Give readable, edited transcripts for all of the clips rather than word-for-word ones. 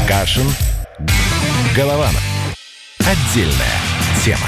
Кашин, Голованов. Отдельная тема.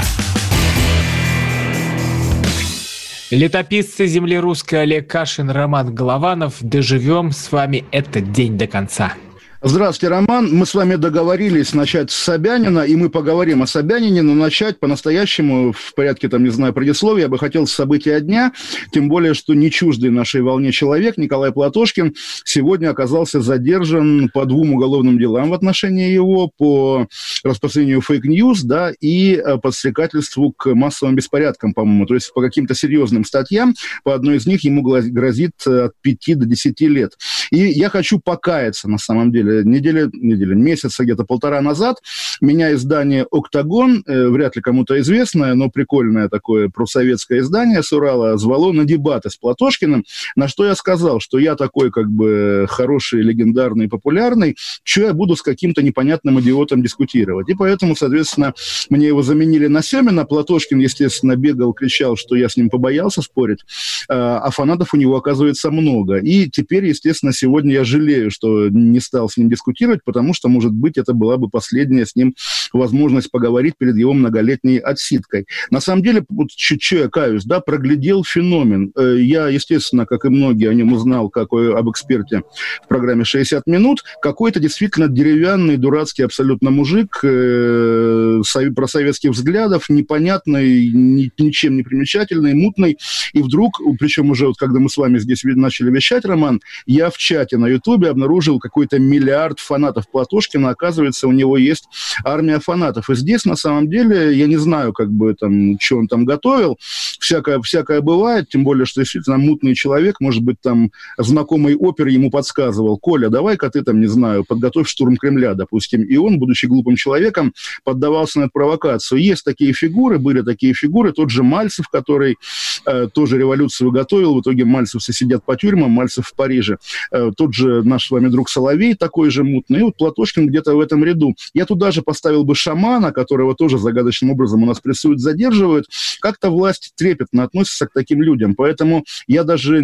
Летописцы земли русской Олег Кашин, Роман Голованов. Доживем с вами этот день до конца. Здравствуйте, Роман. Мы с вами договорились начать с Собянина, и мы поговорим о Собянине, но начать по-настоящему, в порядке, предисловия, я бы хотел с события дня, тем более, что не чуждый нашей волне человек, Николай Платошкин, сегодня оказался задержан по 2 уголовным делам в отношении его, по распространению фейк-ньюс, да, и подстрекательству к массовым беспорядкам, по-моему, то есть по каким-то серьезным статьям, по одной из них ему грозит от 5 до 10 лет. И я хочу покаяться, на самом деле, месяца где-то 1,5 назад меня издание «Октагон», вряд ли кому-то известное, но прикольное такое просоветское издание с Урала, звало на дебаты с Платошкиным, на что я сказал, что я такой хороший, легендарный, популярный, что я буду с каким-то непонятным идиотом дискутировать. И поэтому, соответственно, мне его заменили на Семина. Платошкин, естественно, бегал, кричал, что я с ним побоялся спорить, а фанатов у него, оказывается, много. И теперь, естественно, сегодня я жалею, что не стал с ним дискутировать, потому что, может быть, это была бы последняя с ним возможность поговорить перед его многолетней отсидкой. На самом деле, чуть-чуть я каюсь, проглядел феномен. Я, естественно, как и многие, о нем узнал, как об эксперте в программе «60 минут». Какой-то действительно деревянный, дурацкий абсолютно мужик, просоветских взглядов, непонятный, ничем не примечательный, мутный. И вдруг, причем уже когда мы с вами здесь начали вещать, Роман, я в чате на Ютубе обнаружил какой-то миллиард фанатов Платошкина. Оказывается, у него есть армия фанатов. И здесь, на самом деле, я не знаю, что он там готовил. Всякое бывает, тем более, что действительно мутный человек, может быть, знакомый опер ему подсказывал: Коля, давай-ка ты подготовь штурм Кремля, допустим. И он, будучи глупым человеком, поддавался на эту провокацию. Есть такие фигуры, были такие фигуры. Тот же Мальцев, который тоже революцию готовил. В итоге мальцевцы сидят по тюрьмам, Мальцев в Париже. Тот же наш с вами друг Соловей, такой же мутный. И вот Платошкин где-то в этом ряду. Я туда же поставил бы Шамана, которого тоже загадочным образом у нас прессуют, задерживают. Как-то власть трепетно относится к таким людям. Поэтому я даже,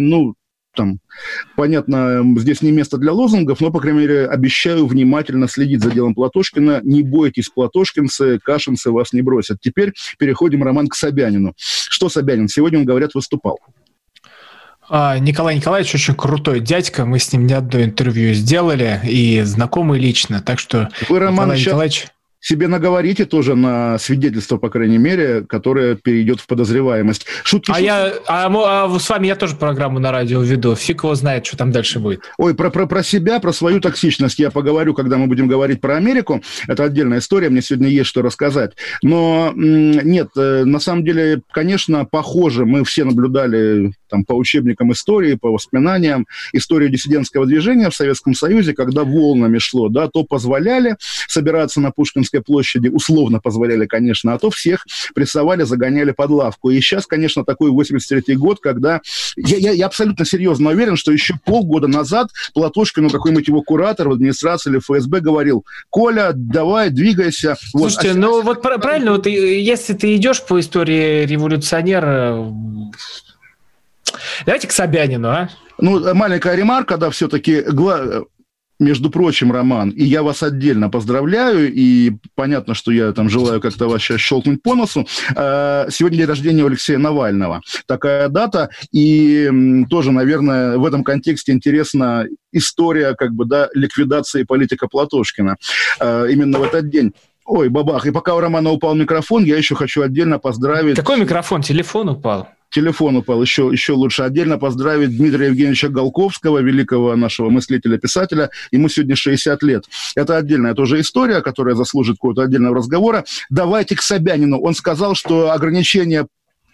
понятно, здесь не место для лозунгов, но, по крайней мере, обещаю внимательно следить за делом Платошкина. Не бойтесь, платошкинцы, кашинцы вас не бросят. Теперь переходим, Роман, к Собянину. Что Собянин? Сегодня, он, говорят, выступал. Николай Николаевич очень крутой дядька. Мы с ним не одно интервью сделали и знакомы лично. Так что, вы, Роман, Николай Николаевич... себе наговорите тоже на свидетельство, по крайней мере, которое перейдет в подозреваемость. Шутки. С вами я тоже программу на радио веду. Фиг его знает, что там дальше будет. Ой, про себя, про свою токсичность я поговорю, когда мы будем говорить про Америку. Это отдельная история, мне сегодня есть что рассказать. Но нет, на самом деле, конечно, похоже, мы все наблюдали по учебникам истории, по воспоминаниям, историю диссидентского движения в Советском Союзе, когда волнами шло, то позволяли собираться на Пушкинской площади, условно позволяли, конечно, а то всех прессовали, загоняли под лавку. И сейчас, конечно, такой 83-й год, когда... Я абсолютно серьезно уверен, что еще полгода назад Платошкину какой-нибудь его куратор в администрации или ФСБ говорил: Коля, давай, двигайся. Слушайте, правильно, если ты идешь по истории революционера... Давайте к Собянину, маленькая ремарка, все-таки... Между прочим, Роман, и я вас отдельно поздравляю, и понятно, что я желаю как-то вас сейчас щелкнуть по носу. Сегодня день рождения у Алексея Навального. Такая дата, и тоже, наверное, в этом контексте интересна история, ликвидации политика Платошкина. Именно в этот день. Ой, бабах. И пока у Романа упал микрофон, я еще хочу отдельно поздравить... Какой микрофон? Телефон упал? Телефон упал, еще лучше отдельно поздравить Дмитрия Евгеньевича Голковского, великого нашего мыслителя-писателя. Ему сегодня 60 лет. Это отдельная тоже история, которая заслужит какого-то отдельного разговора. Давайте к Собянину. Он сказал, что ограничения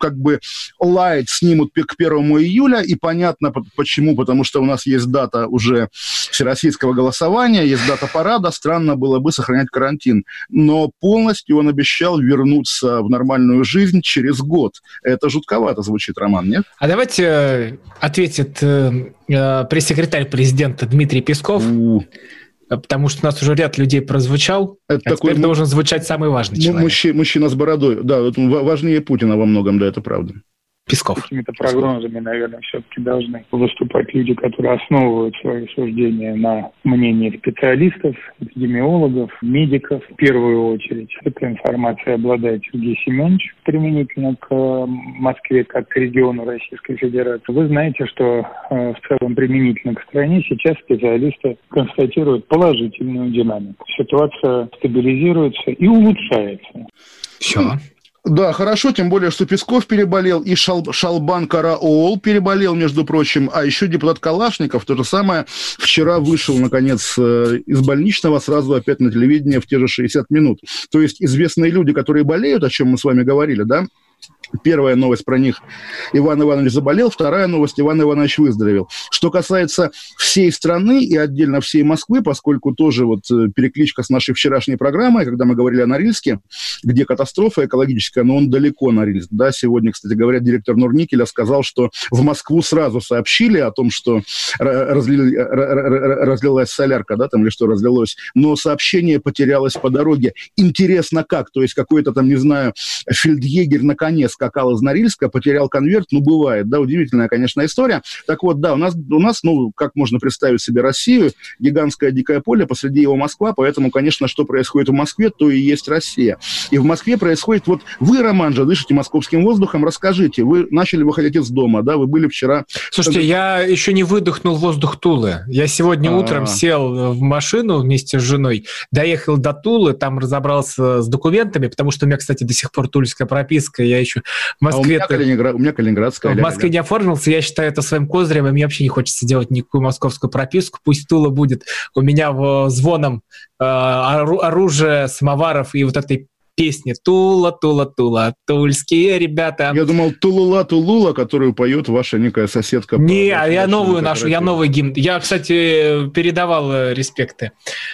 лайт снимут к 1 июля, и понятно почему, потому что у нас есть дата уже всероссийского голосования, есть дата парада, странно было бы сохранять карантин. Но полностью он обещал вернуться в нормальную жизнь через год. Это жутковато звучит, Роман, нет? А давайте ответит пресс-секретарь президента Дмитрий Песков. Потому что у нас уже ряд людей прозвучал, теперь должен звучать самый важный человек. Мужчина с бородой. Да, важнее Путина во многом, да, это правда. Песков. Какими-то прогнозами, наверное, все-таки должны выступать люди, которые основывают свои суждения на мнении специалистов, эпидемиологов, медиков в первую очередь. Эта информация обладает Сергей Семенович применительно к Москве, как к региону Российской Федерации. Вы знаете, что в целом применительно к стране сейчас специалисты констатируют положительную динамику. Ситуация стабилизируется и улучшается. Все. Да, хорошо, тем более, что Песков переболел, и Шалбан Караоол переболел, между прочим, а еще депутат Калашников, то же самое, вчера вышел, наконец, из больничного, сразу опять на телевидение в те же 60 минут. То есть известные люди, которые болеют, о чем мы с вами говорили, да, первая новость про них: Иван Иванович заболел, вторая новость: Иван Иванович выздоровел. Что касается всей страны и отдельно всей Москвы, поскольку тоже вот перекличка с нашей вчерашней программой, когда мы говорили о Норильске, где катастрофа экологическая, но он далеко, Норильск. Да, сегодня, кстати говоря, директор Норникеля сказал, что в Москву сразу сообщили о том, что разлилась солярка, да, там или что разлилось, но сообщение потерялось по дороге. Интересно как? То есть какой-то там, не знаю, фельдъегерь на коне скакал из Норильска, потерял конверт, ну, бывает, да, удивительная, конечно, история. Так вот, да, у нас, ну, как можно представить себе Россию, гигантское дикое поле, посреди его Москва, поэтому, конечно, что происходит в Москве, то и есть Россия. И в Москве происходит, вот вы, Роман же, дышите московским воздухом, расскажите, вы начали выходить из дома, да, вы были вчера... Слушайте, я еще не выдохнул воздух Тулы. Я сегодня утром сел в машину вместе с женой, доехал до Тулы, там разобрался с документами, потому что у меня, кстати, до сих пор тульская прописка, я еще в Москве... у меня калининградская. В Москве не оформился, я считаю это своим козырем, и мне вообще не хочется делать никакую московскую прописку, пусть Тула будет у меня звоном оружия, самоваров и вот этой песни «Тула, Тула, Тула, тульские ребята». Я думал, «Тулула, Тулула», которую поет ваша некая соседка. Не, я новую нашу, я новый гимн. Я, кстати, передавал респекты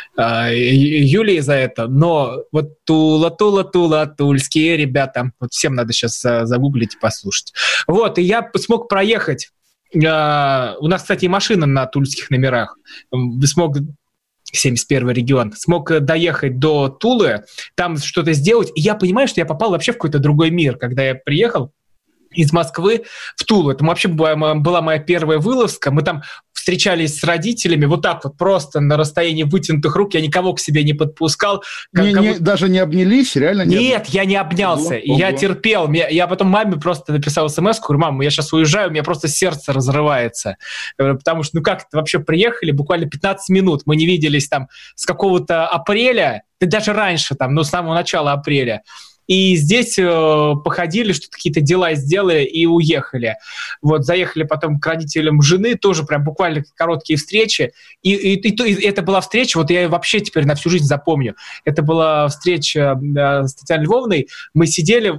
Юлии за это, но вот «Тула, Тула, Тула, тульские ребята». Вот всем надо сейчас загуглить и послушать. Вот, и я смог проехать. У нас, кстати, и машина на тульских номерах. Смог... 71-й регион, смог доехать до Тулы, там что-то сделать, и я понимаю, что я попал вообще в какой-то другой мир, когда я приехал из Москвы в Тулу. Это вообще была моя первая вылазка. Мы там встречались с родителями вот так вот, просто на расстоянии вытянутых рук. Я никого к себе не подпускал. Даже не обнялись? Реально не обнялись? Нет, я не обнялся. Я терпел. Я потом маме просто написал смс, говорю: мам, я сейчас уезжаю, у меня просто сердце разрывается. Потому что, ну как это вообще приехали? Буквально 15 минут. Мы не виделись там с какого-то апреля, да даже раньше, там, ну с самого начала апреля. И здесь походили, что-то какие-то дела сделали и уехали. Вот, заехали потом к родителям жены, тоже прям буквально короткие встречи. И это была встреча, вот я ее вообще теперь на всю жизнь запомню. Это была встреча с Татьяной Львовной. Мы сидели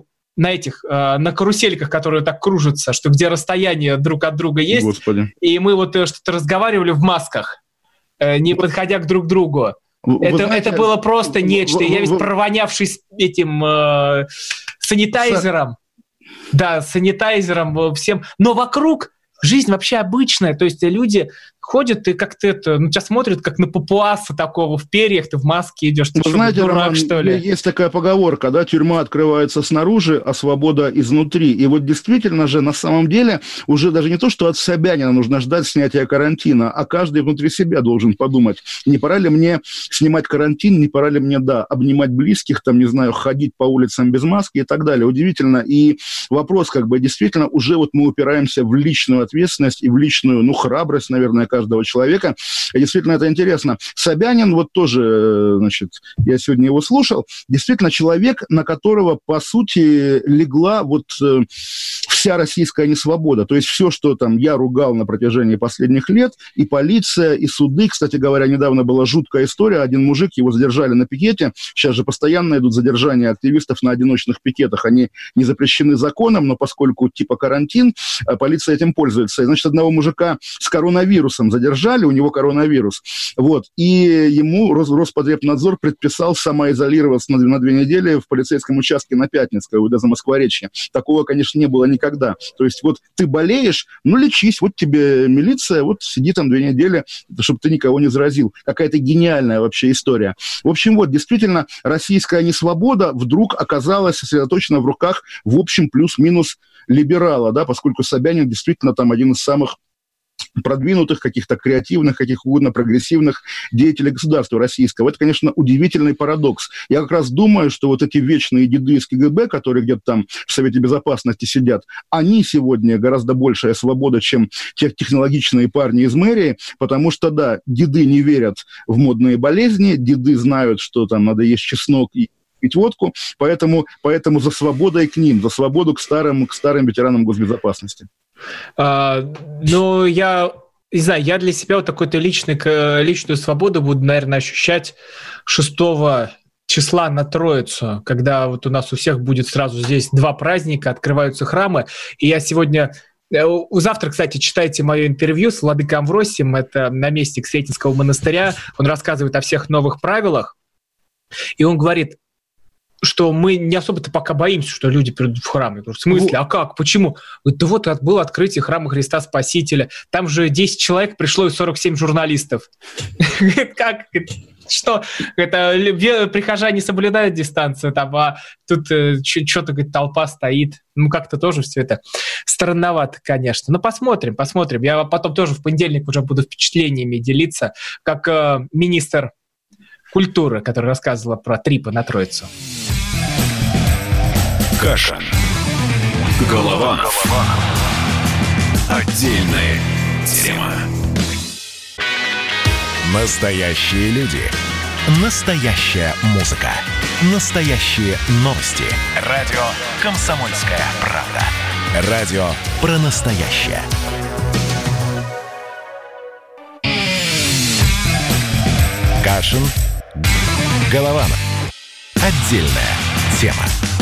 на карусельках, которые так кружатся, что где расстояние друг от друга есть. Господи. И мы вот что-то разговаривали в масках, не подходя к друг другу. Это было просто нечто. Я весь провонявший этим санитайзером. Да, санитайзером всем. Но вокруг жизнь вообще обычная. То есть люди ходят и как-то тебя смотрят, как на папуаса такого в перьях, ты в маске идешь. Ты знаете, дурак, Роман, что ли? Есть такая поговорка, да, тюрьма открывается снаружи, а свобода изнутри. И вот действительно же, на самом деле, уже даже не то, что от Собянина нужно ждать снятия карантина, а каждый внутри себя должен подумать, не пора ли мне снимать карантин, не пора ли мне, да, обнимать близких, там, не знаю, ходить по улицам без маски и так далее. Удивительно. И вопрос, как бы, действительно, уже вот мы упираемся в личную ответственность и в личную, храбрость, наверное, каждого человека. И действительно, это интересно. Собянин, вот тоже, значит, я сегодня его слушал, действительно человек, на которого, по сути, легла вот вся российская несвобода. То есть все, что там я ругал на протяжении последних лет, и полиция, и суды. Кстати говоря, недавно была жуткая история. Один мужик, его задержали на пикете. Сейчас же постоянно идут задержания активистов на одиночных пикетах. Они не запрещены законом, но поскольку типа карантин, полиция этим пользуется. И, значит, одного мужика с коронавирусом там задержали, у него коронавирус. Вот. И ему Роспотребнадзор предписал самоизолироваться на 2 недели в полицейском участке на Пятницкой, УВД Замоскворечья. Такого, конечно, не было никогда. То есть вот ты болеешь, лечись, вот тебе милиция, вот сиди там 2 недели, чтобы ты никого не заразил. Какая-то гениальная вообще история. В общем, вот, действительно, российская несвобода вдруг оказалась сосредоточена в руках, в общем, плюс-минус либерала, да, поскольку Собянин действительно там один из самых продвинутых, каких-то креативных, каких угодно прогрессивных деятелей государства российского. Это, конечно, удивительный парадокс. Я как раз думаю, что вот эти вечные деды из КГБ, которые где-то там в Совете Безопасности сидят, они сегодня гораздо большая свобода, чем те технологичные парни из мэрии, потому что, да, деды не верят в модные болезни, деды знают, что там надо есть чеснок и пить водку, поэтому за свободой к ним, за свободу к старым ветеранам госбезопасности. Ну, я не знаю, я для себя вот такую-то личную свободу буду, наверное, ощущать 6 числа на Троицу, когда вот у нас у всех будет сразу здесь 2 праздника, открываются храмы, и я сегодня... Завтра, кстати, читайте мое интервью с владыкой Амвросием, это наместник Сретенского монастыря, он рассказывает о всех новых правилах, и он говорит, что мы не особо-то пока боимся, что люди придут в храм. Я говорю, в смысле? А как? Почему? Говорит, да вот было открытие храма Христа Спасителя. Там же 10 человек пришло и 47 журналистов. Как? Что? Это прихожане соблюдают дистанцию, там, а тут что-то, говорит, толпа стоит. Ну, как-то тоже все это странновато, конечно. Но посмотрим. Я потом тоже в понедельник уже буду впечатлениями делиться, как министр культуры, которая рассказывала про трипы на Троицу. Кашин. Голованов. Отдельная тема. Настоящие люди. Настоящая музыка. Настоящие новости. Радио «Комсомольская правда». Радио про настоящее. Кашин. Голованов. Отдельная тема.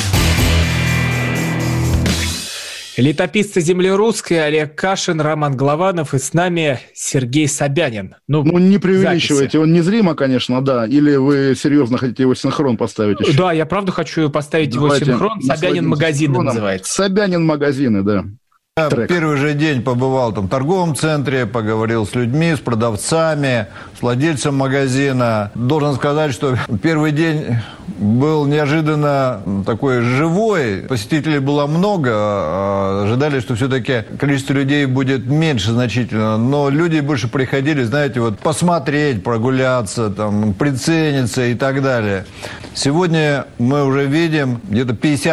Летописцы земли русской Олег Кашин, Роман Голованов, и с нами Сергей Собянин. Ну, не преувеличивайте, записи. Он незримо, конечно, да. Или вы серьезно хотите его синхрон поставить еще? Да, я правда хочу поставить его синхрон. Собянин магазины называется. Собянин магазины, да. Я первый же день побывал там в торговом центре, поговорил с людьми, с продавцами, с владельцем магазина. Должен сказать, что первый день был неожиданно такой живой. Посетителей было много, ожидали, что все-таки количество людей будет меньше значительно. Но люди больше приходили, знаете, вот посмотреть, прогуляться, там, прицениться и так далее. Сегодня мы уже видим, где-то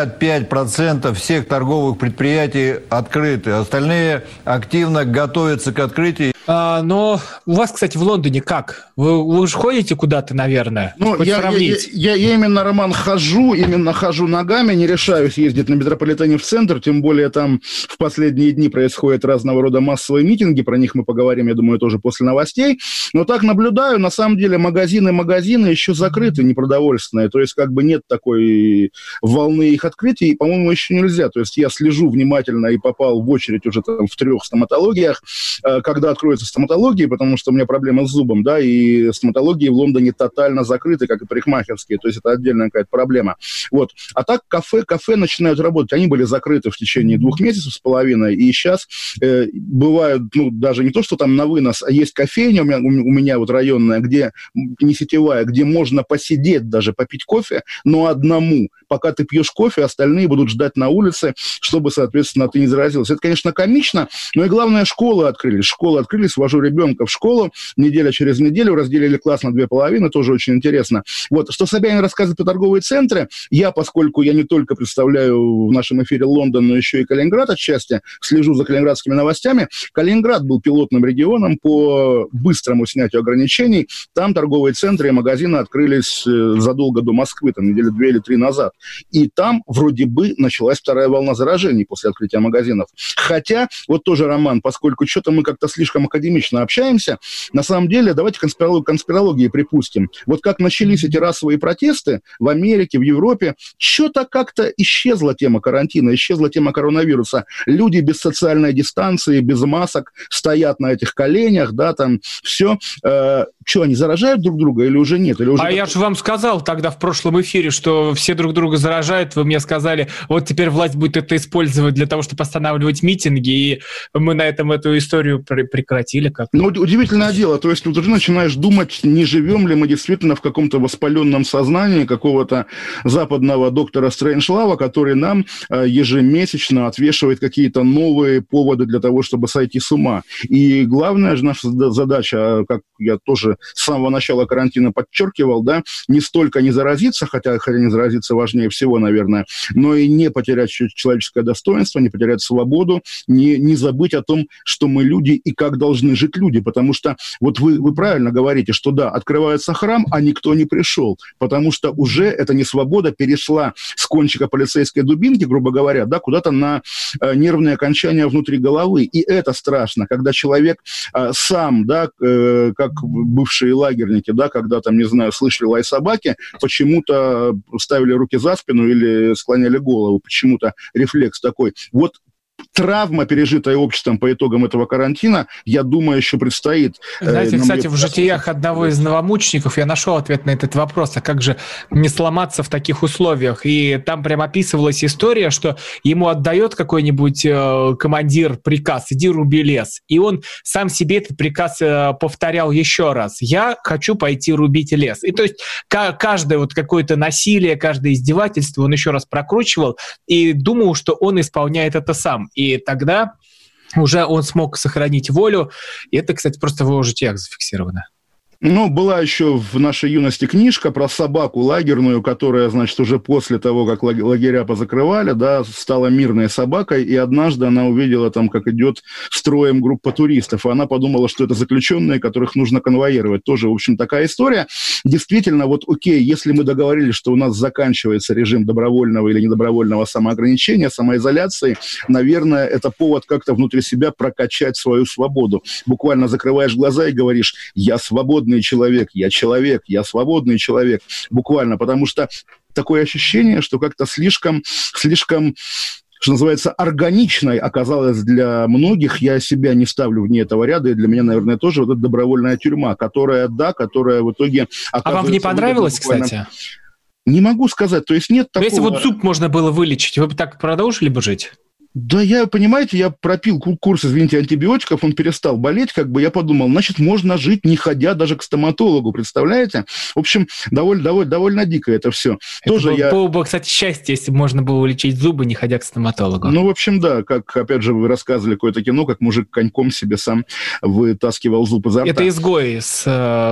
55% всех торговых предприятий открыты. Остальные активно готовятся к открытию. Но у вас, кстати, в Лондоне как? Вы же ходите куда-то, наверное? Ну, я именно, Роман, хожу ногами, не решаюсь ездить на метрополитене в центр, тем более там в последние дни происходят разного рода массовые митинги, про них мы поговорим, я думаю, тоже после новостей. Но так наблюдаю, на самом деле магазины еще закрыты, непродовольственные, то есть как бы нет такой волны их открытий, и, по-моему, еще нельзя. То есть я слежу внимательно и попал в очередь уже там в 3 стоматологиях, когда откроются стоматологии, потому что у меня проблема с зубом, да, и стоматологии в Лондоне тотально закрыты, как и парикмахерские, то есть это отдельная какая-то проблема. Вот. А так кафе начинают работать. Они были закрыты в течение 2 месяцев с половиной, и сейчас бывают, даже не то, что там на вынос, а есть кофейня у меня вот районная, где не сетевая, где можно посидеть даже, попить кофе, но одному. Пока ты пьешь кофе, остальные будут ждать на улице, чтобы, соответственно, ты не заразился. Это, конечно, комично, но и главное, школы открылись, вожу ребенка в школу, неделя через неделю, разделили класс на 2 половины, тоже очень интересно. Вот, что Собянин рассказывает про торговые центры, поскольку я не только представляю в нашем эфире Лондон, но еще и Калининград отчасти, слежу за калининградскими новостями, Калининград был пилотным регионом по быстрому снятию ограничений, там торговые центры и магазины открылись задолго до Москвы, там, недели 2 или 3 назад. И там вроде бы началась 2-я волна заражений после открытия магазинов. Хотя, вот тоже, Роман, поскольку что-то мы как-то слишком академично общаемся. На самом деле, давайте конспирологии припустим. Вот как начались эти расовые протесты в Америке, в Европе, что-то как-то исчезла тема карантина, исчезла тема коронавируса. Люди без социальной дистанции, без масок стоят на этих коленях, да, там все. Что, они заражают друг друга или уже нет? Или уже я же вам сказал тогда в прошлом эфире, что все друг друга заражают. Вы мне сказали, вот теперь власть будет это использовать для того, чтобы останавливать митинги, и мы на этом эту историю прекратили. Как-то. Ну, удивительное дело. То есть, ты уже начинаешь думать, не живем ли мы действительно в каком-то воспаленном сознании какого-то западного доктора Стрэнджлава, который нам ежемесячно отвешивает какие-то новые поводы для того, чтобы сойти с ума. И главная же наша задача, как я тоже с самого начала карантина подчеркивал, да, не столько не заразиться, хотя не заразиться важнее всего, наверное, но и не потерять человеческое достоинство, не потерять свободу, не забыть о том, что мы люди и как должны жить люди, потому что вот вы правильно говорите, что да, открывается храм, а никто не пришел, потому что уже эта несвобода перешла с кончика полицейской дубинки, грубо говоря, да, куда-то на нервные окончания внутри головы, и это страшно, когда человек сам, да, как бывшие лагерники, да, когда там, не знаю, слышали лай собаки, почему-то ставили руки за спину или склоняли голову, почему-то рефлекс такой. Вот травма, пережитая обществом по итогам этого карантина, я думаю, еще предстоит. Знаете, кстати, в житиях одного из новомучеников я нашел ответ на этот вопрос, а как же не сломаться в таких условиях? И там прям описывалась история, что ему отдает какой-нибудь командир приказ: иди руби лес. И он сам себе этот приказ повторял еще раз: я хочу пойти рубить лес. И то есть каждое вот какое-то насилие, каждое издевательство он еще раз прокручивал и думал, что он исполняет это сам. И тогда уже он смог сохранить волю. И это, кстати, просто в его житиях зафиксировано. Ну, была еще в нашей юности книжка про собаку лагерную, которая, значит, уже после того, как лагеря позакрывали, да, стала мирной собакой, и однажды она увидела там, как идет строем группа туристов, и она подумала, что это заключенные, которых нужно конвоировать. Тоже, в общем, такая история. Действительно, вот окей, если мы договорились, что у нас заканчивается режим добровольного или недобровольного самоограничения, самоизоляции, наверное, это повод как-то внутри себя прокачать свою свободу. Буквально закрываешь глаза и говоришь: я свободный человек, я свободный человек, буквально, потому что такое ощущение, что как-то слишком, что называется, органичной оказалась для многих, я себя не ставлю вне этого ряда, и для меня, наверное, тоже вот эта добровольная тюрьма, которая в итоге оказывается... А вам не понравилось, кстати? Не могу сказать, то есть нет такого... Если вот зуб можно было вылечить, вы бы так продолжили бы жить? Да, понимаете, я пропил курс, извините, антибиотиков, он перестал болеть, я подумал, значит, можно жить, не ходя даже к стоматологу, представляете? В общем, довольно дико это все. Это было бы, кстати, счастье, если бы можно было лечить зубы, не ходя к стоматологу. Ну, в общем, да, как, опять же, вы рассказывали какое-то кино, как мужик коньком себе сам вытаскивал зуб изо рта. Это «Изгой» с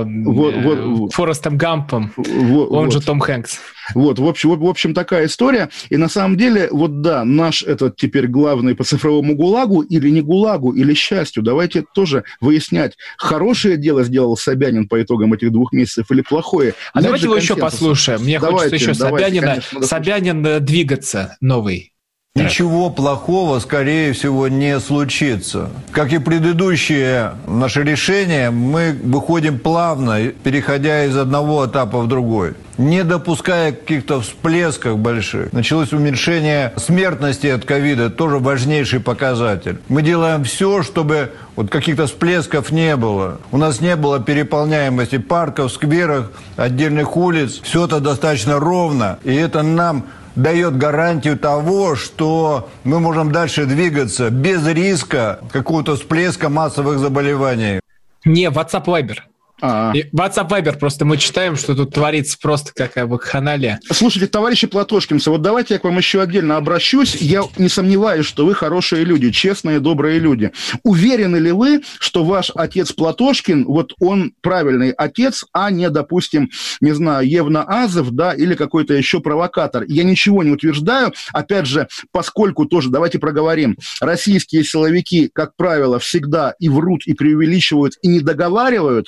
Форестом Гампом, он же Том Хэнкс. Вот, в общем, такая история. И на самом деле, вот да, наш этот теперь главный по цифровому ГУЛАГу или не ГУЛАГу, или счастью, давайте тоже выяснять, хорошее дело сделал Собянин по итогам этих 2 месяцев или плохое. А давайте его еще послушаем. Мне хочется еще Собянин двигаться новый. Ничего плохого, скорее всего, не случится. Как и предыдущие наши решения, мы выходим плавно, переходя из одного этапа в другой, не допуская каких-то всплесков больших. Началось уменьшение смертности от ковида, тоже важнейший показатель. Мы делаем все, чтобы вот каких-то всплесков не было. У нас не было переполняемости парков, скверов, отдельных улиц. Все это достаточно ровно, и это нам дает гарантию того, что мы можем дальше двигаться без риска какого-то всплеска массовых заболеваний. Не, WhatsApp Viber. WhatsApp Viber, просто мы читаем, что тут творится просто какая вакханалия. Слушайте, товарищи платошкинцы, вот давайте я к вам еще отдельно обращусь. Я не сомневаюсь, что вы хорошие люди, честные, добрые люди. Уверены ли вы, что ваш отец Платошкин, вот он правильный отец, а не, допустим, не знаю, Евна-Азов, да, или какой-то еще провокатор? Я ничего не утверждаю. Опять же, поскольку тоже, давайте проговорим, российские силовики, как правило, всегда и врут, и преувеличивают, и не договаривают, поэтому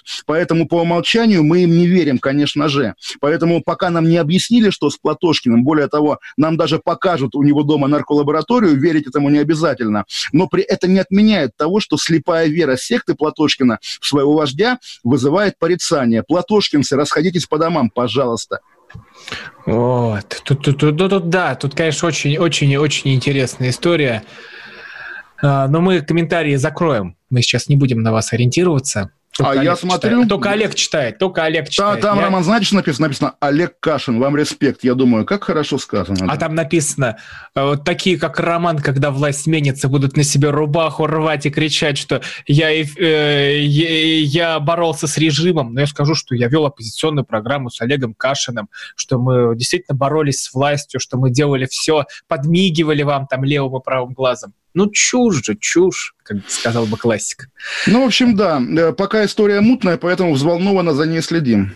Поэтому по умолчанию мы им не верим, конечно же. Поэтому пока нам не объяснили, что с Платошкиным, более того, нам даже покажут у него дома нарколабораторию, верить этому не обязательно. Но это не отменяет того, что слепая вера секты Платошкина в своего вождя вызывает порицание. Платошкинцы, расходитесь по домам, пожалуйста. Вот. Тут, конечно, очень интересная история. Но мы комментарии закроем. Мы сейчас не будем на вас ориентироваться. Я смотрю... Только Олег читает. Там, Роман, знаете, что написано? Олег Кашин, вам респект. Я думаю, как хорошо сказано. А там написано, вот такие, как Роман, когда власть сменится, будут на себе рубаху рвать и кричать, что я боролся с режимом. Но я скажу, что я вел оппозиционную программу с Олегом Кашиным, что мы действительно боролись с властью, что мы делали все, подмигивали вам там левым и правым глазом. Чушь, как сказал бы классик. В общем, да. Пока история мутная, поэтому взволнованно за ней следим.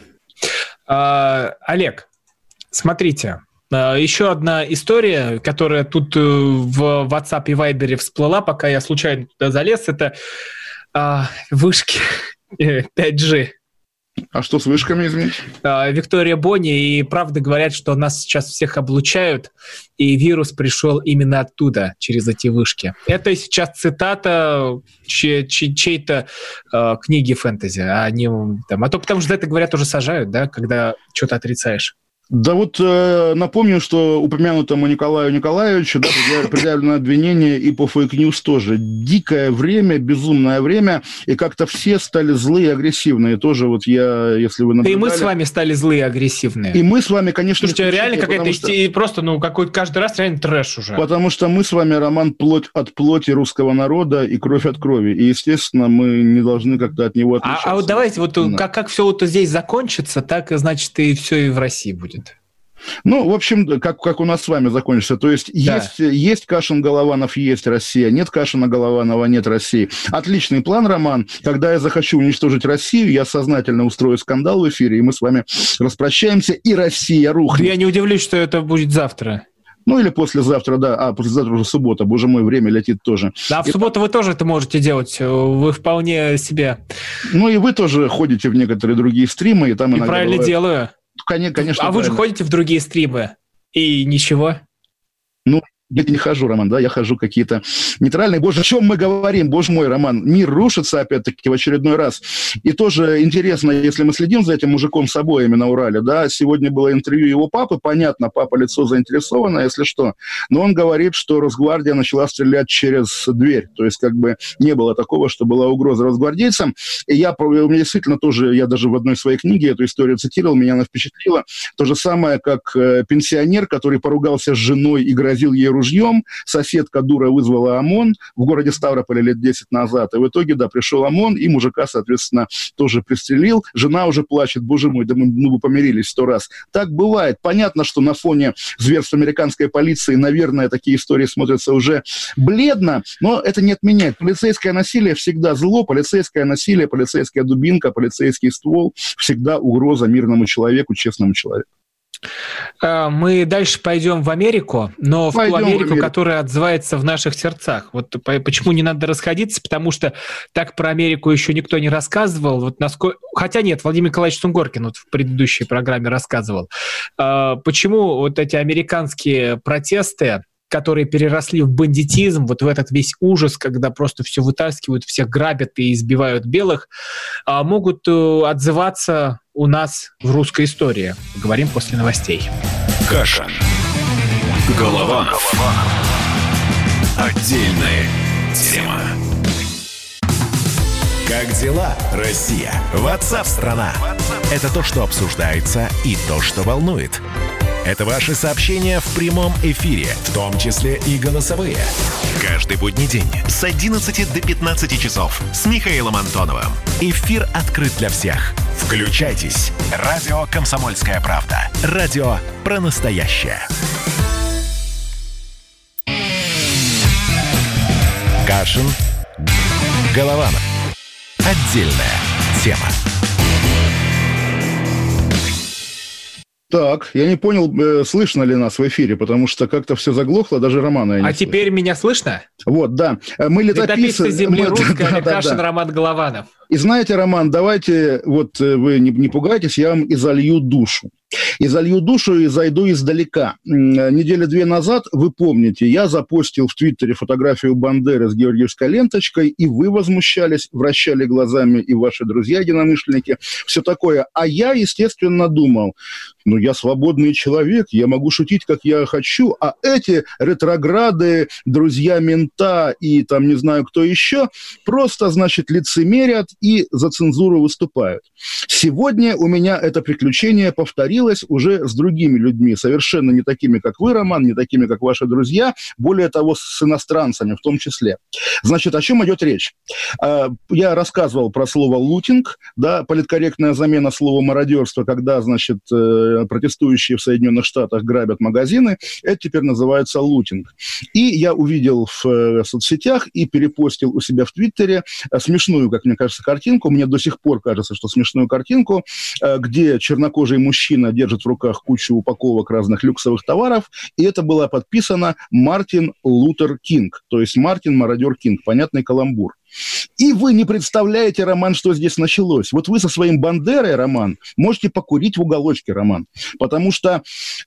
Олег, смотрите. Еще одна история, которая тут в WhatsApp и Viber всплыла, пока я случайно туда залез, это вышки 5G. А что с вышками, извините? Виктория Бони и правда говорят, что нас сейчас всех облучают, и вирус пришел именно оттуда, через эти вышки. Это сейчас цитата чьей-то книги фэнтези, а то потому что за это, говорят, уже сажают, да, когда что-то отрицаешь. Да вот напомню, что упомянутому Николаю Николаевичу предъявлено обвинение и по фейк-ньюс тоже. Дикое время, безумное время, и как-то все стали злые и агрессивные. Тоже вот если вы наблюдали... И мы с вами стали злые и агрессивные. И мы с вами, конечно... Слушайте, реально какая-то просто, какой-то каждый раз реально трэш уже. Потому что мы с вами, Роман, плоть от плоти русского народа и кровь от крови. И, естественно, мы не должны как-то от него отличаться. А вот давайте, как все вот здесь закончится, так, значит, и все и в России будет. В общем, как у нас с вами закончится. То есть есть Кашин-Голованов, есть Россия. Нет Кашина-Голованова, нет России. Отличный план, Роман. Когда я захочу уничтожить Россию, я сознательно устрою скандал в эфире, и мы с вами распрощаемся, и Россия рухнет. Я не удивлюсь, что это будет завтра. Или послезавтра, да. Послезавтра уже суббота. Боже мой, время летит тоже. Да, в субботу вы тоже это можете делать. Вы вполне себе... и вы тоже ходите в некоторые другие стримы. И там иногда правильно бывает... делаю. Конечно. А вы же ходите в другие стримы, и ничего? Я не хожу, Роман, да, я хожу какие-то нейтральные. Боже, о чем мы говорим? Боже мой, Роман, мир рушится опять-таки в очередной раз. И тоже интересно, если мы следим за этим мужиком с обоями на Урале, да, сегодня было интервью его папы, понятно, папа лицо заинтересовано, если что, но он говорит, что Росгвардия начала стрелять через дверь, то есть не было такого, что была угроза росгвардейцам. И у меня действительно тоже, я даже в одной своей книге эту историю цитировал, меня она впечатлила. То же самое, как пенсионер, который поругался с женой и грозил ей ружьем, соседка дура вызвала ОМОН в городе Ставрополе лет 10 назад, и в итоге, пришел ОМОН, и мужика, соответственно, тоже пристрелил. Жена уже плачет, боже мой, да мы бы помирились 100 раз. Так бывает. Понятно, что на фоне зверств американской полиции, наверное, такие истории смотрятся уже бледно, но это не отменяет. Полицейское насилие всегда зло, полицейское насилие, полицейская дубинка, полицейский ствол всегда угроза мирному человеку, честному человеку. Мы дальше пойдем в Америку, но в ту Америку, которая отзывается в наших сердцах. Вот почему не надо расходиться, потому что так про Америку еще никто не рассказывал. Хотя нет, Владимир Николаевич Сунгоркин в предыдущей программе рассказывал. Почему эти американские протесты, которые переросли в бандитизм, в этот весь ужас, когда просто все вытаскивают, всех грабят и избивают белых, могут отзываться у нас в русской истории. Говорим после новостей. Кашин. Голованов. Отдельная тема. Как дела, Россия? WhatsApp-страна. Это то, что обсуждается, и то, что волнует. Это ваши сообщения в прямом эфире, в том числе и голосовые. Каждый будний день с 11 до 15 часов с Михаилом Антоновым. Эфир открыт для всех. Включайтесь. Радио «Комсомольская правда». Радио про настоящее. Кашин. Голованов. Отдельная тема. Так, я не понял, слышно ли нас в эфире, потому что как-то все заглохло, даже Романа я не слышу. Теперь меня слышно? Вот, да. Мы летописцы земли русской, Олег Кашин, Роман Голованов. И знаете, Роман, давайте, вот вы не пугайтесь, я вам изолью душу. Изолью душу и зайду издалека. Недели 2 назад, вы помните, я запостил в Твиттере фотографию Бандеры с георгиевской ленточкой, и вы возмущались, вращали глазами, и ваши друзья-единомышленники, все такое. А я, естественно, думал, я свободный человек, я могу шутить, как я хочу, а эти ретрограды, друзья мента и там не знаю кто еще, просто, значит, лицемерят и за цензуру выступают. Сегодня у меня это приключение повторилось уже с другими людьми, совершенно не такими, как вы, Роман, не такими, как ваши друзья, более того, с иностранцами в том числе. Значит, о чем идет речь? Я рассказывал про слово «лутинг», да, политкорректная замена слова «мародерство», когда, значит, протестующие в Соединенных Штатах грабят магазины, это теперь называется лутинг. И я увидел в соцсетях и перепостил у себя в Твиттере смешную, как мне кажется, картинку, мне до сих пор кажется, что смешную картинку, где чернокожий мужчина держит в руках кучу упаковок разных люксовых товаров, и это было подписано Мартин Лутер Кинг, то есть Мартин Мародер Кинг, понятный каламбур. И вы не представляете, Роман, что здесь началось. Вот вы со своим Бандерой, Роман, можете покурить в уголочке, Роман, потому что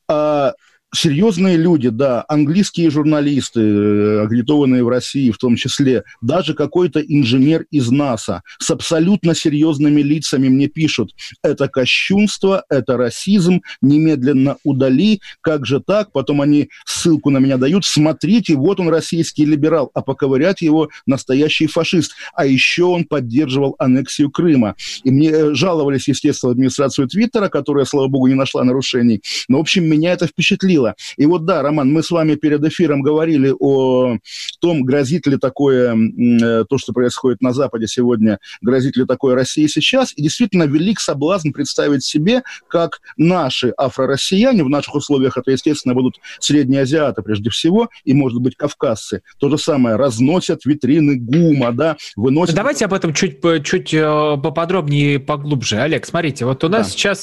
серьезные люди, да, английские журналисты, аккредитованные в России в том числе, даже какой-то инженер из НАСА с абсолютно серьезными лицами мне пишут, это кощунство, это расизм, немедленно удали, как же так? Потом они ссылку на меня дают, смотрите, вот он российский либерал, а поковырять его настоящий фашист. А еще он поддерживал аннексию Крыма. И мне жаловались, естественно, в администрацию Твиттера, которая, слава богу, не нашла нарушений. Но, в общем, меня это впечатлило. И вот да, Роман, мы с вами перед эфиром говорили о том, грозит ли такое, то, что происходит на Западе сегодня, грозит ли такое России сейчас. И действительно велик соблазн представить себе, как наши афро-россияне, в наших условиях это, естественно, будут средние азиаты прежде всего, и, может быть, кавказцы, то же самое, разносят витрины ГУМа, да, выносят... Давайте об этом чуть поподробнее и поглубже. Олег, смотрите, вот у нас сейчас...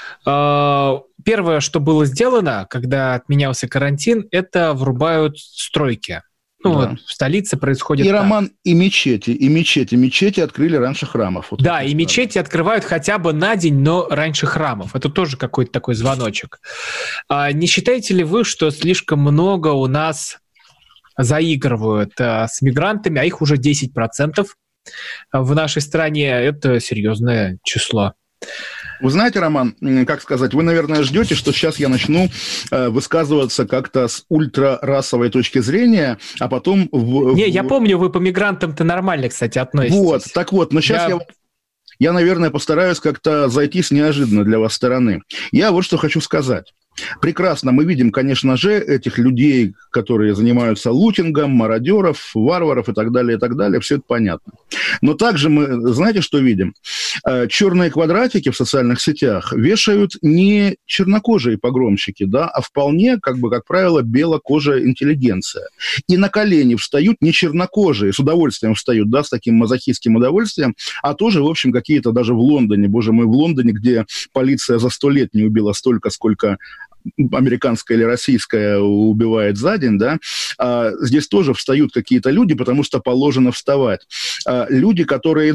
Первое, что было сделано, когда отменялся карантин, это врубают стройки. Вот в столице происходит... И, Роман, и мечети. Мечети открыли раньше храмов. Вот да, и мечети открывают хотя бы на день, но раньше храмов. Это тоже какой-то такой звоночек. Не считаете ли вы, что слишком много у нас заигрывают с мигрантами, а их уже 10% в нашей стране? Это серьезное число. Вы знаете, Роман, как сказать, вы, наверное, ждете, что сейчас я начну высказываться как-то с ультрарасовой точки зрения, а потом... я помню, вы по мигрантам-то нормально, кстати, относитесь. Вот, так вот, но сейчас я, наверное, постараюсь как-то зайти с неожиданной для вас стороны. Я вот что хочу сказать. Прекрасно, мы видим, конечно же, этих людей, которые занимаются лутингом, мародеров, варваров и так далее, все это понятно. Но также мы, знаете, что видим? Черные квадратики в социальных сетях вешают не чернокожие погромщики, да, а вполне, как правило, белокожая интеллигенция. И на колени встают не чернокожие, с удовольствием встают, да, с таким мазохистским удовольствием, а тоже, в общем, какие-то даже в Лондоне, боже мой, в Лондоне, где полиция за 100 лет не убила столько, сколько американская или российская убивает за день, да, здесь тоже встают какие-то люди, потому что положено вставать. Люди, которые,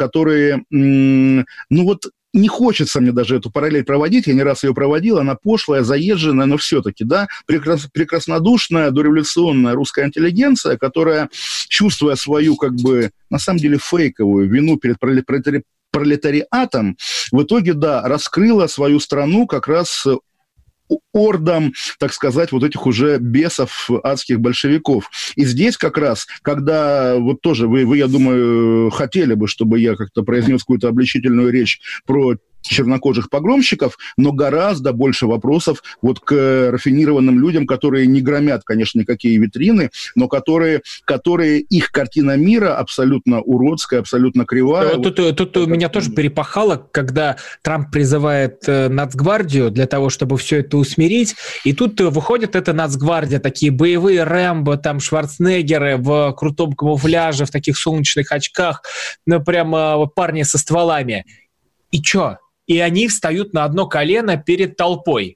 не хочется мне даже эту параллель проводить, я не раз ее проводил, она пошлая, заезженная, но все-таки, да, прекраснодушная, дореволюционная русская интеллигенция, которая, чувствуя свою, на самом деле, фейковую вину перед пролетариатом, в итоге, да, раскрыла свою страну как раз ордам, так сказать, вот этих уже бесов адских большевиков. И здесь как раз, когда вот тоже вы, я думаю, хотели бы, чтобы я как-то произнес какую-то обличительную речь про чернокожих погромщиков, но гораздо больше вопросов вот к рафинированным людям, которые не громят, конечно, никакие витрины, но которые их картина мира абсолютно уродская, абсолютно кривая. Тут у меня тоже перепахало, когда Трамп призывает Нацгвардию для того, чтобы все это усмирить, и тут выходит эта Нацгвардия, такие боевые Рэмбо, там Шварценеггеры в крутом камуфляже, в таких солнечных очках, прямо парни со стволами. И чё? И они встают на одно колено перед толпой.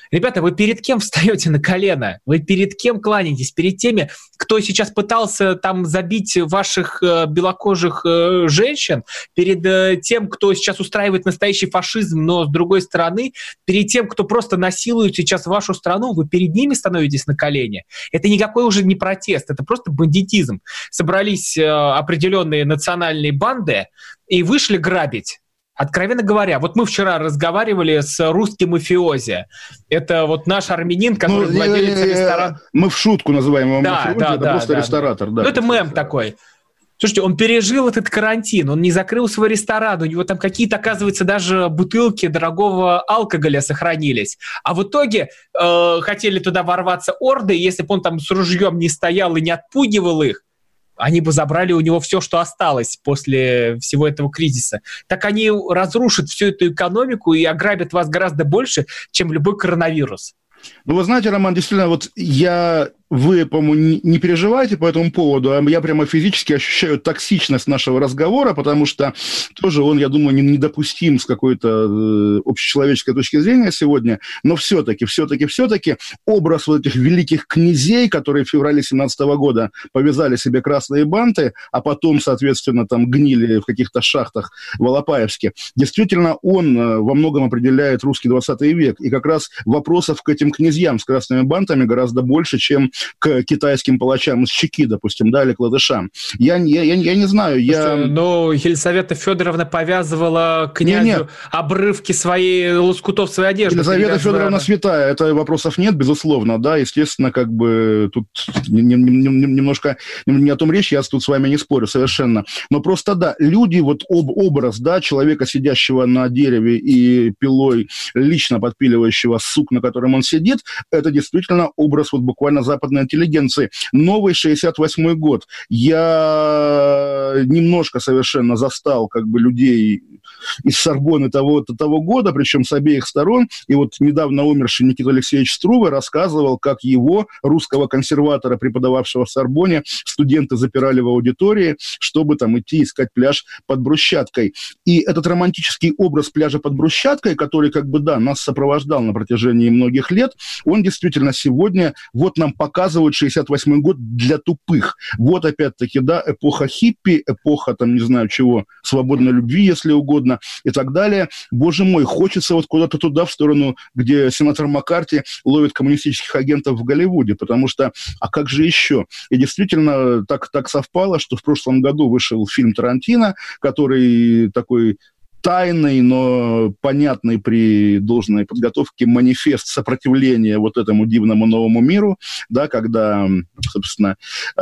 Ребята, вы перед кем встаете на колено? Вы перед кем кланяетесь? Перед теми, кто сейчас пытался там забить ваших белокожих женщин? Перед тем, кто сейчас устраивает настоящий фашизм, но с другой стороны, перед тем, кто просто насилует сейчас вашу страну, вы перед ними становитесь на колени? Это никакой уже не протест, это просто бандитизм. Собрались определенные национальные банды и вышли грабить. Откровенно говоря, вот мы вчера разговаривали с русским мафиози. Это вот наш армянин, который владелец ресторана. Мы в шутку называем его мафиози, это просто ресторатор. Да, это мем такой. Слушайте, он пережил этот карантин, он не закрыл свой ресторан, у него там какие-то, оказывается, даже бутылки дорогого алкоголя сохранились. А в итоге хотели туда ворваться орды, и если бы он там с ружьем не стоял и не отпугивал их, они бы забрали у него все, что осталось после всего этого кризиса. Так они разрушат всю эту экономику и ограбят вас гораздо больше, чем любой коронавирус. Ну, вы знаете, Роман, действительно, вот вы, по-моему, не переживайте по этому поводу, а я прямо физически ощущаю токсичность нашего разговора, потому что тоже он, я думаю, недопустим с какой-то общечеловеческой точки зрения сегодня, но все-таки образ вот этих великих князей, которые в феврале 17 года повязали себе красные банты, а потом, соответственно, там гнили в каких-то шахтах в Алапаевске, действительно, он во многом определяет русский 20 век, и как раз вопросов к этим князьям с красными бантами гораздо больше, чем к китайским палачам из Чеки, допустим, да, или к латышам. Я не знаю, Но Елизавета Федоровна повязывала князю обрывки лоскутов своей одежды. Елизавета Федоровна святая, это вопросов нет, безусловно, да, естественно, как бы тут немножко не о том речь, я тут с вами не спорю совершенно. Но просто, да, люди, вот образ, да, человека, сидящего на дереве и пилой, лично подпиливающего сук, на котором он сидит, это действительно образ вот буквально западной интеллигенции. Новый 68-й год. Я немножко совершенно застал как бы людей из Сорбонны того года, причем с обеих сторон. И вот недавно умерший Никита Алексеевич Струве рассказывал, как его, русского консерватора, преподававшего в Сорбонне, студенты запирали в аудитории, чтобы там идти искать пляж под брусчаткой. И этот романтический образ пляжа под брусчаткой, который как бы, да, нас сопровождал на протяжении многих лет, он действительно сегодня вот нам показывают 68-й год для тупых. Вот опять-таки, да, эпоха хиппи, эпоха, там, не знаю чего, свободной любви, если угодно, и так далее. Боже мой, хочется вот куда-то туда, в сторону, где сенатор Маккарти ловит коммунистических агентов в Голливуде, потому что, а как же еще? И действительно так совпало, что в прошлом году вышел фильм Тарантино, который такой тайный, но понятный при должной подготовке манифест сопротивления вот этому дивному новому миру, да, когда, собственно,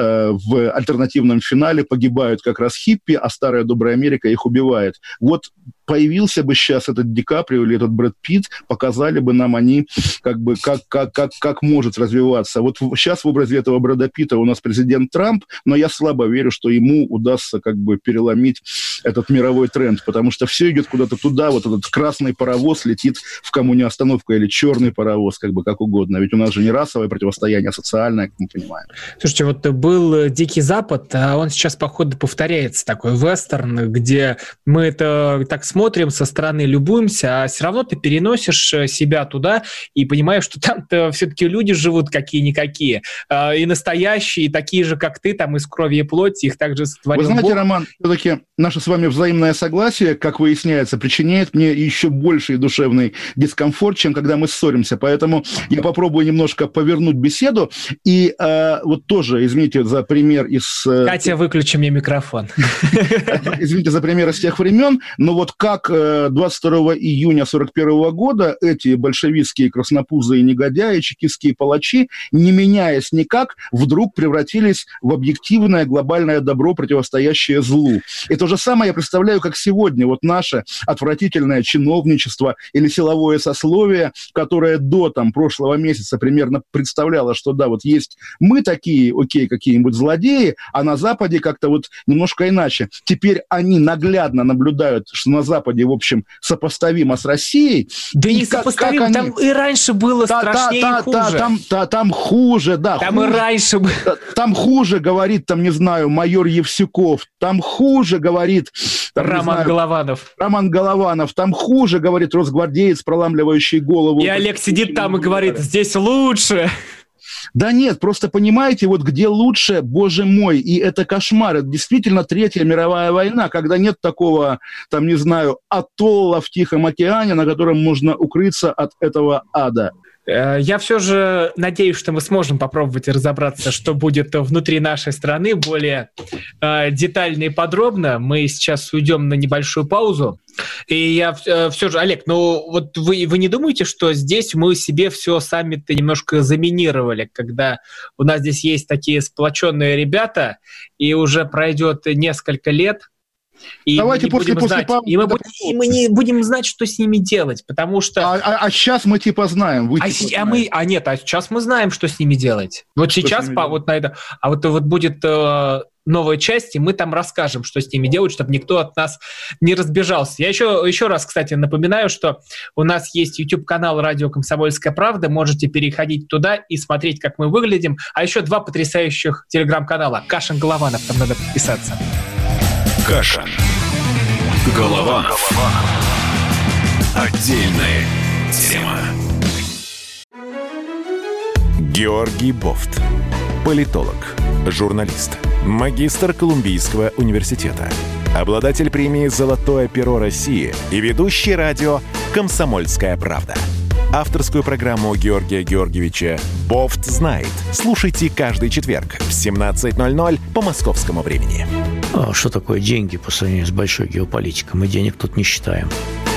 в альтернативном финале погибают как раз хиппи, а старая добрая Америка их убивает. Вот появился бы сейчас этот Ди Каприо или этот Брэд Питт, показали бы нам они, как бы, как может развиваться. Вот сейчас в образе этого Брэда Питта у нас президент Трамп, но я слабо верю, что ему удастся как бы переломить этот мировой тренд, потому что все идет куда-то туда, вот этот красный паровоз летит в коммуне-остановку или черный паровоз, как бы как угодно. Ведь у нас же не расовое противостояние, а социальное, как мы понимаем. Слушайте, вот был Дикий Запад, а он сейчас, походу, повторяется, такой вестерн, где мы это так смотрим со стороны, любуемся, а все равно ты переносишь себя туда и понимаешь, что там-то все-таки люди живут какие-никакие, и настоящие, и такие же, как ты, там из крови и плоти, их также сотворил Бог. Вы знаете, Бог. Роман, все-таки наше с вами взаимное согласие, как выясняется, причиняет мне еще больший душевный дискомфорт, чем когда мы ссоримся. Поэтому я попробую немножко повернуть беседу. И вот тоже, извините за пример из... Катя, выключи мне микрофон. Извините за пример из тех времен, но вот как 22 июня 1941 года эти большевистские краснопузые негодяи, чекистские палачи, не меняясь никак, вдруг превратились в объективное глобальное добро, противостоящее злу. И то же самое я представляю, как сегодня вот наше отвратительное чиновничество или силовое сословие, которое до там прошлого месяца примерно представляло, что да, вот есть мы такие, окей, какие-нибудь злодеи, а на Западе как-то вот немножко иначе. Теперь они наглядно наблюдают, что на Западе Западе, в общем, сопоставимо с Россией. Да не сопоставимо, там и раньше было страшнее и хуже. Там хуже, да. Там хуже. И раньше было. Там хуже говорит, там, не знаю, майор Евсюков, там хуже говорит... Там, Роман Голованов, там хуже говорит росгвардеец, проламливающий голову. И Олег сидит там и говорит, здесь лучше. Да нет, просто понимаете, вот где лучше, боже мой, и это кошмар. Это действительно Третья мировая война, когда нет такого, там, не знаю, атолла в Тихом океане, на котором можно укрыться от этого ада. Я все же надеюсь, что мы сможем попробовать разобраться, что будет внутри нашей страны более детально и подробно. Мы сейчас уйдем на небольшую паузу. И я все же, Олег, ну вот вы не думаете, что здесь мы себе все сами-то немножко заминировали, когда у нас здесь есть такие сплоченные ребята, и уже пройдет несколько лет, и давайте мы не будем знать, что с ними делать, потому что... А сейчас мы типа знаем. Сейчас мы знаем, что с ними делать. Вот что сейчас вот на это... А вот будет новая часть, и мы там расскажем, что с ними делать, чтобы никто от нас не разбежался. Я еще раз, кстати, напоминаю, что у нас есть YouTube-канал «Радио Комсомольская правда». Можете переходить туда и смотреть, как мы выглядим. А еще 2 потрясающих телеграм-канала. Кашин, Голованов, там надо подписаться. Кашин, Голованов. Отдельная тема. Георгий Бофт. Политолог, журналист, магистр Колумбийского университета, обладатель премии «Золотое перо России» и ведущий радио «Комсомольская правда». Авторскую программу Георгия Георгиевича «Бофт знает». Слушайте каждый четверг в 17:00 по московскому времени. А что такое деньги по сравнению с большой геополитикой? Мы денег тут не считаем.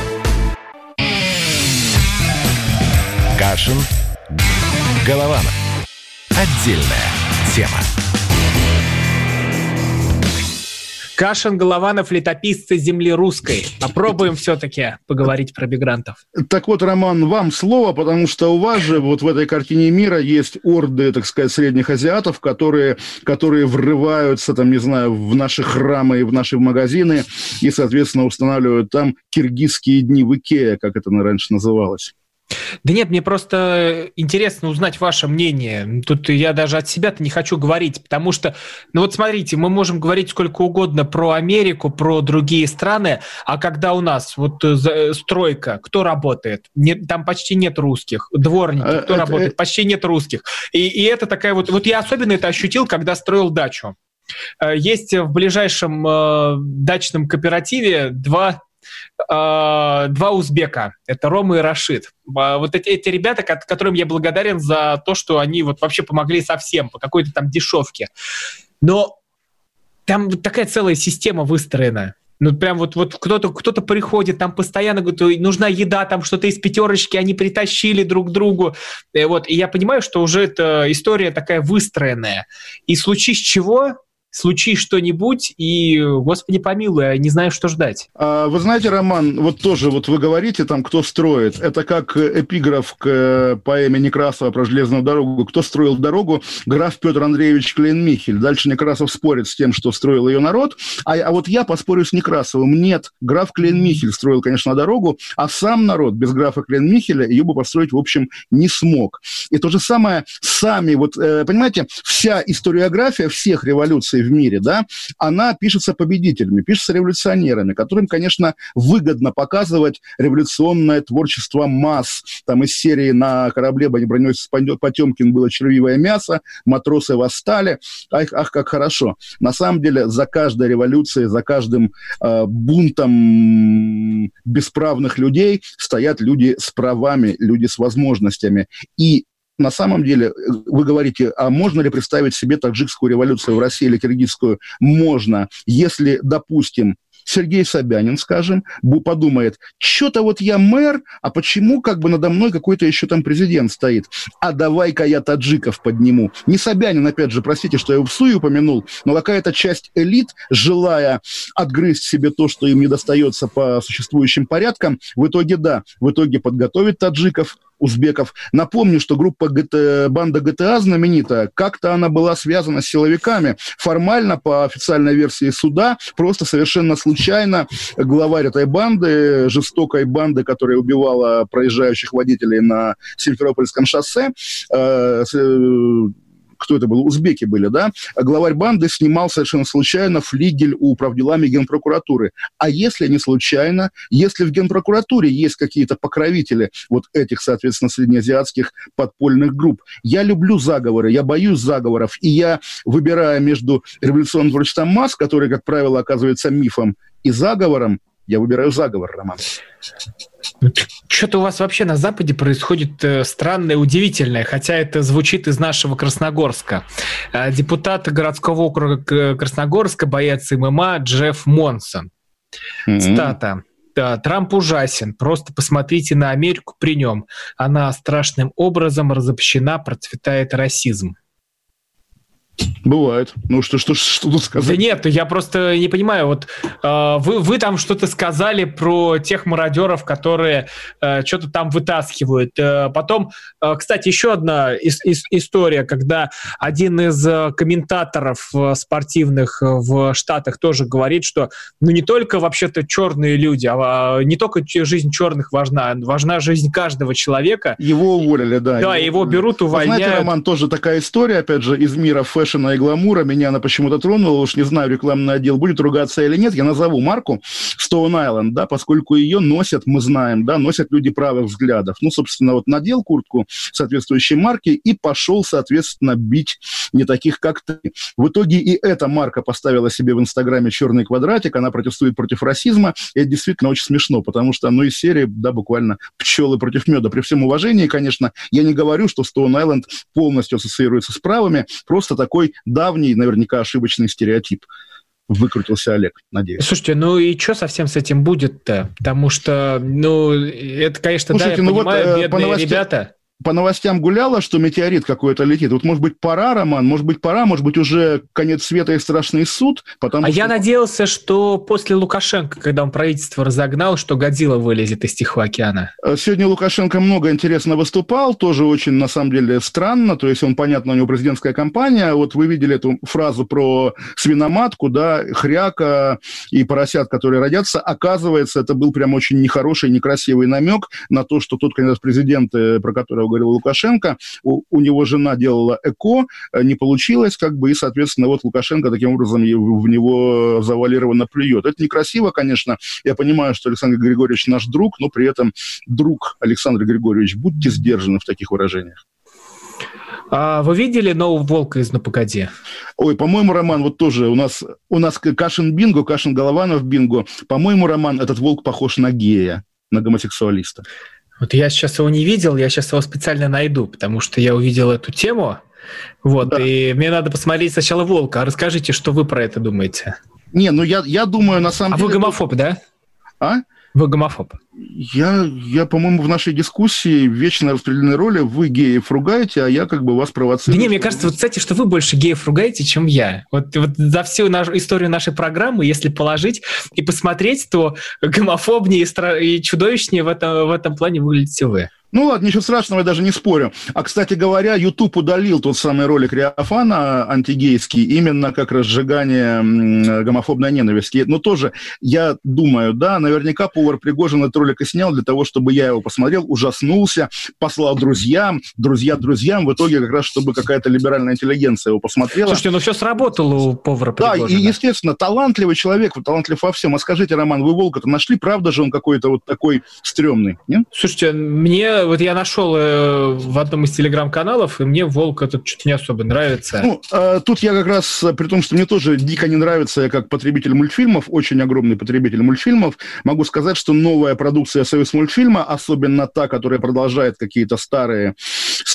Кашин, Голованов. Отдельная тема. Кашин, Голованов, летописцы земли русской. Попробуем все-таки поговорить про мигрантов. Так вот, Роман, вам слово, потому что у вас же вот в этой картине мира есть орды, так сказать, средних азиатов, которые врываются, там, не знаю, в наши храмы и в наши магазины и, соответственно, устанавливают там киргизские дни в Икее, как это раньше называлось. Да нет, мне просто интересно узнать ваше мнение. Тут я даже от себя-то не хочу говорить, потому что, ну вот смотрите, мы можем говорить сколько угодно про Америку, про другие страны, а когда у нас вот стройка, кто работает? Там почти нет русских. Дворники, кто работает? Почти нет русских. И это такая вот я особенно это ощутил, когда строил дачу. Есть в ближайшем дачном кооперативе два узбека. Это Рома и Рашид. Вот эти ребята, которым я благодарен за то, что они вот вообще помогли совсем по какой-то там дешевке. Но там такая целая система выстроена. Ну, прям вот кто-то приходит, там постоянно говорит, нужна еда, там что-то из пятерочки, они притащили друг к другу. И я понимаю, что уже эта история такая выстроенная. И случись чего... Случись что-нибудь, и, Господи помилуй, я не знаю, что ждать. Вы знаете, Роман, вот тоже вот вы говорите, там, кто строит. Это как эпиграф к поэме Некрасова про железную дорогу. Кто строил дорогу? Граф Петр Андреевич Клейн-Михель. Дальше Некрасов спорит с тем, что строил ее народ. А вот я поспорю с Некрасовым. Нет, граф Клейн-Михель строил, конечно, дорогу, а сам народ без графа Клейн-Михеля ее бы построить, в общем, не смог. И то же самое сами, вот, понимаете, вся историография всех революций в мире, да, она пишется победителями, пишется революционерами, которым, конечно, выгодно показывать революционное творчество масс. Там из серии «На корабле броненосец Потемкин было червивое мясо», матросы восстали. Ах, как хорошо. На самом деле за каждой революцией, за каждым бунтом бесправных людей стоят люди с правами, люди с возможностями. И на самом деле, вы говорите, а можно ли представить себе таджикскую революцию в России или киргизскую? Можно, если, допустим, Сергей Собянин, скажем, подумает, что-то вот я мэр, а почему как бы надо мной какой-то еще там президент стоит? А давай-ка я таджиков подниму. Не Собянин, опять же, простите, что я ВСУ упомянул, но какая-то часть элит, желая отгрызть себе то, что им не достается по существующим порядкам, в итоге подготовит таджиков, узбеков. Напомню, что группа банда GTA знаменитая, как-то она была связана с силовиками. Формально, по официальной версии суда, просто совершенно случайно главарь этой банды, жестокой банды, которая убивала проезжающих водителей на Симферопольском шоссе, кто это был, узбеки были, да, главарь банды снимал совершенно случайно флигель у правделами Генпрокуратуры. А если не случайно, если в Генпрокуратуре есть какие-то покровители вот этих, соответственно, среднеазиатских подпольных групп? Я люблю заговоры, я боюсь заговоров, и я, выбирая между революционным творчеством масс, который, как правило, оказывается мифом, и заговором, я выбираю заговор, Роман. Что-то у вас вообще на Западе происходит странное, удивительное, хотя это звучит из нашего Красногорска. Депутат городского округа Красногорска, боец ММА Джефф Монсон. Цитата. «Трамп ужасен. Просто посмотрите на Америку при нем. Она страшным образом разобщена, процветает расизм». Бывает. Ну, что тут сказать? Да нет, я просто не понимаю. Вот вы там что-то сказали про тех мародеров, которые что-то там вытаскивают. Потом, кстати, еще одна история, когда один из комментаторов спортивных в Штатах тоже говорит, что ну не только вообще-то черные люди, а не только жизнь черных важна жизнь каждого человека. Его уволили, да. Да, его берут, увольняют. Знаете, Роман, тоже такая история, опять же, из мира фэшна и гламура. Меня она почему-то тронула. Уж не знаю, рекламный отдел будет ругаться или нет. Я назову марку Stone Island, да, поскольку ее носят, мы знаем, да, носят люди правых взглядов. Ну, собственно, вот надел куртку соответствующей марки и пошел, соответственно, бить не таких, как ты. В итоге и эта марка поставила себе в Инстаграме черный квадратик. Она протестует против расизма. И это действительно очень смешно, потому что, ну, из серии, да, буквально пчелы против меда. При всем уважении, конечно, я не говорю, что Stone Island полностью ассоциируется с правыми. Просто такой давний, наверняка ошибочный стереотип. Выкрутился Олег, надеюсь. Слушайте, ну и что совсем с этим будет-то? Потому что, ну, это, конечно, слушайте, да, я понимаю, бедные ребята. По новостям гуляло, что метеорит какой-то летит. Вот, может быть, пора, Роман, может быть, уже конец света и страшный суд. Я надеялся, что после Лукашенко, когда он правительство разогнал, что Годзилла вылезет из Тихого океана. Сегодня Лукашенко много интересно выступал, тоже очень, на самом деле, странно. То есть он, понятно, у него президентская кампания. Вот вы видели эту фразу про свиноматку, да, хряка и поросят, которые родятся. Оказывается, это был прям очень нехороший, некрасивый намек на то, что тот кандидат в президенты, про которого говорил Лукашенко, у него жена делала ЭКО, не получилось, как бы, и, соответственно, вот Лукашенко таким образом в него завуалированно плюет. Это некрасиво, конечно. Я понимаю, что Александр Григорьевич наш друг, но при этом друг Александр Григорьевич, будьте сдержаны в таких выражениях. А вы видели нового волка из «Ну, погоди»? Ой, по-моему, Роман, вот тоже у нас Кашин бинго, Кашин Голованов бинго. По-моему, Роман, этот волк похож на гея, на гомосексуалиста. Вот я сейчас его не видел, я сейчас его специально найду, потому что я увидел эту тему, вот, да. И мне надо посмотреть сначала «Волка». А расскажите, что вы про это думаете? Не, ну я думаю, на самом деле... А вы гомофоб, да? А? Вы гомофоб. Я, по-моему, в нашей дискуссии вечно распределены роли. Вы геев ругаете, а я как бы вас провоцирую. Да не, мне кажется, вот, кстати, что вы больше геев ругаете, чем я. Вот за всю историю нашей программы, если положить и посмотреть, то гомофобнее и чудовищнее в этом плане выглядите вы. Ну ладно, ничего страшного, я даже не спорю. А, кстати говоря, YouTube удалил тот самый ролик Риофана антигейский именно как разжигание гомофобной ненависти. Но тоже, я думаю, да, наверняка повар Пригожин этот ролик и снял для того, чтобы я его посмотрел, ужаснулся, послал друзьям, друзьям, в итоге как раз, чтобы какая-то либеральная интеллигенция его посмотрела. Слушайте, ну все сработало у повара Пригожина. Да, и, естественно, талантливый человек, талантлив во всем. А скажите, Роман, вы волка-то нашли? Правда же он какой-то вот такой стрёмный, нет? Слушайте, вот я нашел в одном из телеграм-каналов, и мне волк этот что-то не особо нравится. Ну, тут я как раз, при том, что мне тоже дико не нравится, я как потребитель мультфильмов, очень огромный потребитель мультфильмов, могу сказать, что новая продукция Союзмультфильма, особенно та, которая продолжает какие-то старые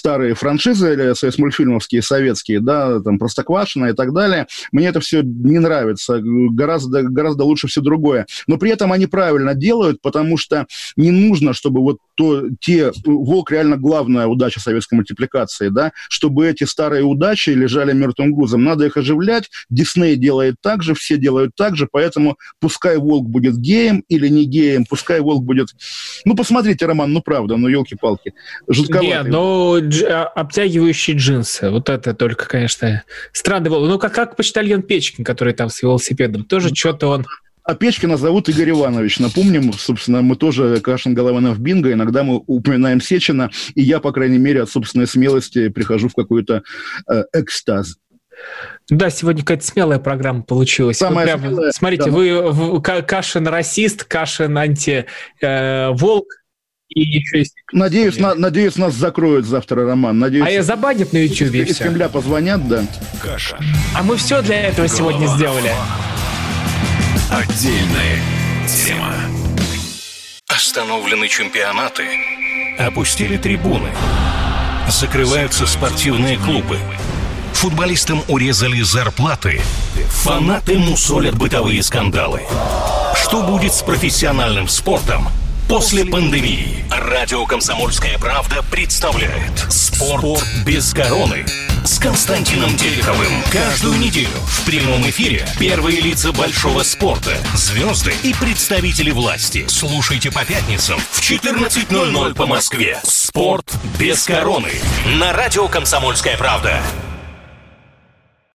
старые франшизы, союзмультфильмовские, советские, да, там Простоквашино и так далее. Мне это все не нравится. Гораздо лучше все другое. Но при этом они правильно делают, потому что не нужно, чтобы вот «Волк» реально главная удача советской мультипликации, да, чтобы эти старые удачи лежали мертвым грузом. Надо их оживлять. Дисней делает так же, все делают так же, поэтому пускай «Волк» будет геем или не геем, пускай «Волк» будет... Ну, посмотрите, Роман, правда, елки-палки. Жутковатый. Нет, обтягивающие джинсы. Вот это только, конечно, странный «Волк». Ну, как почтальон Печкин, который там с велосипедом. Тоже что-то он... А Печкина зовут Игорь Иванович. Напомним, собственно, мы тоже Кашин, Голованов, Бинго. Иногда мы упоминаем Сечина, и я, по крайней мере, от собственной смелости прихожу в какой-то экстаз. Да, сегодня какая-то смелая программа получилась. Смелая, смотрите, да. Вы Кашин расист, Кашин анти-волк. И еще есть... Надеюсь, нас закроют завтра, Роман. Надеюсь, я забанят на YouTube и все. Из Кремля позвонят, да. Каша. А мы все для этого сегодня сделали. Отдельная тема. Остановлены чемпионаты. Опустили трибуны. Закрываются спортивные клубы. Футболистам урезали зарплаты. Фанаты мусолят бытовые скандалы. Что будет с профессиональным спортом после пандемии? Радио «Комсомольская правда» представляет «Спорт без короны» с Константином Тереховым. Каждую неделю в прямом эфире первые лица большого спорта, звезды и представители власти. Слушайте по пятницам в 14:00 по Москве. «Спорт без короны» на радио «Комсомольская правда».